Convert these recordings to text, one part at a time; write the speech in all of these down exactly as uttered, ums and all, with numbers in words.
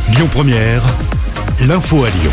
Lyon Première, l'info à Lyon.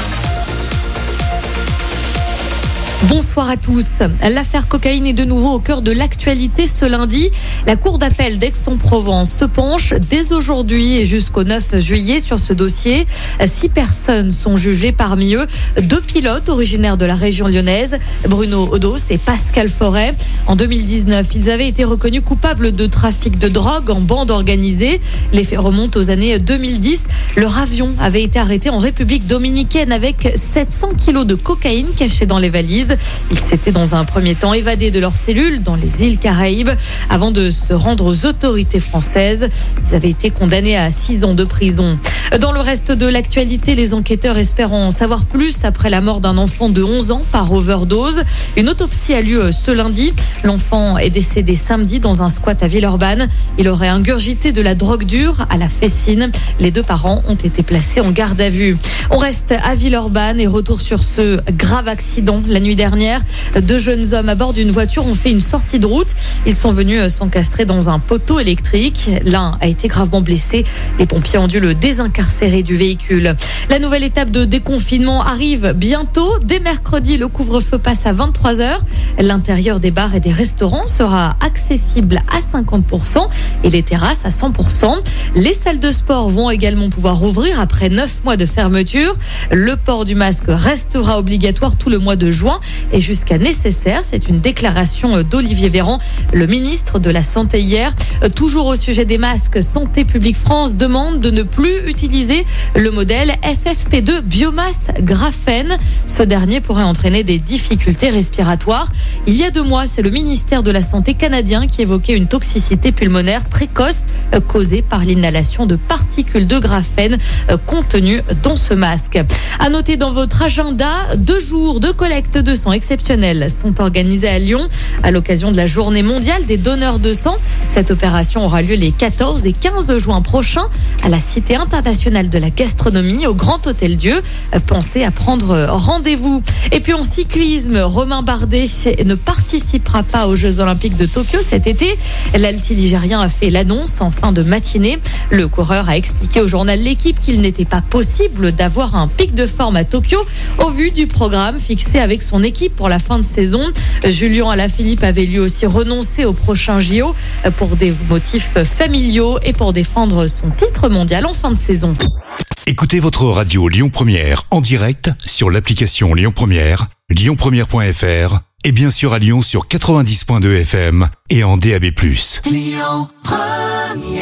Bonsoir à tous. L'affaire cocaïne est de nouveau au cœur de l'actualité ce lundi. La cour d'appel d'Aix-en-Provence se penche dès aujourd'hui et jusqu'au neuf juillet sur ce dossier. Six personnes sont jugées, parmi eux deux pilotes originaires de la région lyonnaise, Bruno Odos et Pascal Forêt. En deux mille dix-neuf, ils avaient été reconnus coupables de trafic de drogue en bande organisée. Les faits remontent aux années deux mille dix. Leur avion avait été arrêté en République dominicaine avec sept cents kilos de cocaïne cachés dans les valises. Ils s'étaient dans un premier temps évadés de leur cellule dans les îles Caraïbes avant de se rendre aux autorités françaises. Ils avaient été condamnés à six ans de prison. Dans le reste de l'actualité, les enquêteurs espèrent en savoir plus après la mort d'un enfant de onze ans par overdose. Une autopsie a lieu ce lundi. L'enfant est décédé samedi dans un squat à Villeurbanne. Il aurait ingurgité de la drogue dure à la fessine. Les deux parents ont été placés en garde à vue. On reste à Villeurbanne et retour sur ce grave accident la nuit dernière. Deux jeunes hommes à bord d'une voiture ont fait une sortie de route. Ils sont venus s'encastrer dans un poteau électrique. L'un a été gravement blessé. Les pompiers ont dû le désincarcérer du véhicule. La nouvelle étape de déconfinement arrive bientôt. Dès mercredi, le couvre-feu passe à vingt-trois heures. L'intérieur des bars et des restaurants sera accessible à cinquante pour cent et les terrasses à cent pour cent. Les salles de sport vont également pouvoir rouvrir après neuf mois de fermeture. Le port du masque restera obligatoire tout le mois de juin et jusqu'à nécessaire. C'est une déclaration d'Olivier Véran, le ministre de la Santé hier. Toujours au sujet des masques, Santé publique France demande de ne plus utiliser le modèle F F P deux biomasse graphène. Ce dernier pourrait entraîner des difficultés respiratoires. Il y a deux mois, c'est le ministère de la Santé canadien qui évoquait une toxicité pulmonaire précoce causée par l'inhalation de particules de graphène contenues dans ce masque. À noter dans votre agenda, deux jours de collecte de sang exceptionnels sont organisés à Lyon à l'occasion de la journée mondiale des donneurs de sang. Cette opération aura lieu les quatorze et quinze juin prochains à la Cité internationale de la gastronomie au Grand Hôtel Dieu. Pensez à prendre rendez-vous. Et puis en cyclisme, Romain Bardet ne participera pas aux Jeux Olympiques de Tokyo cet été. L'alti-ligérien a fait l'annonce en fin de matinée. Le coureur a expliqué au journal L'Équipe qu'il n'était pas possible d'avoir un pic de forme à Tokyo au vu du programme fixé avec son équipe pour la fin de saison. Julien Alaphilippe avait lui aussi renoncé au prochain J O pour des motifs familiaux et pour défendre son titre mondial en fin de saison. Écoutez votre radio Lyon Première en direct sur l'application Lyon Première, lyon première point f r et bien sûr à Lyon sur quatre-vingt-dix point deux F M et en D A B plus. Lyon Première.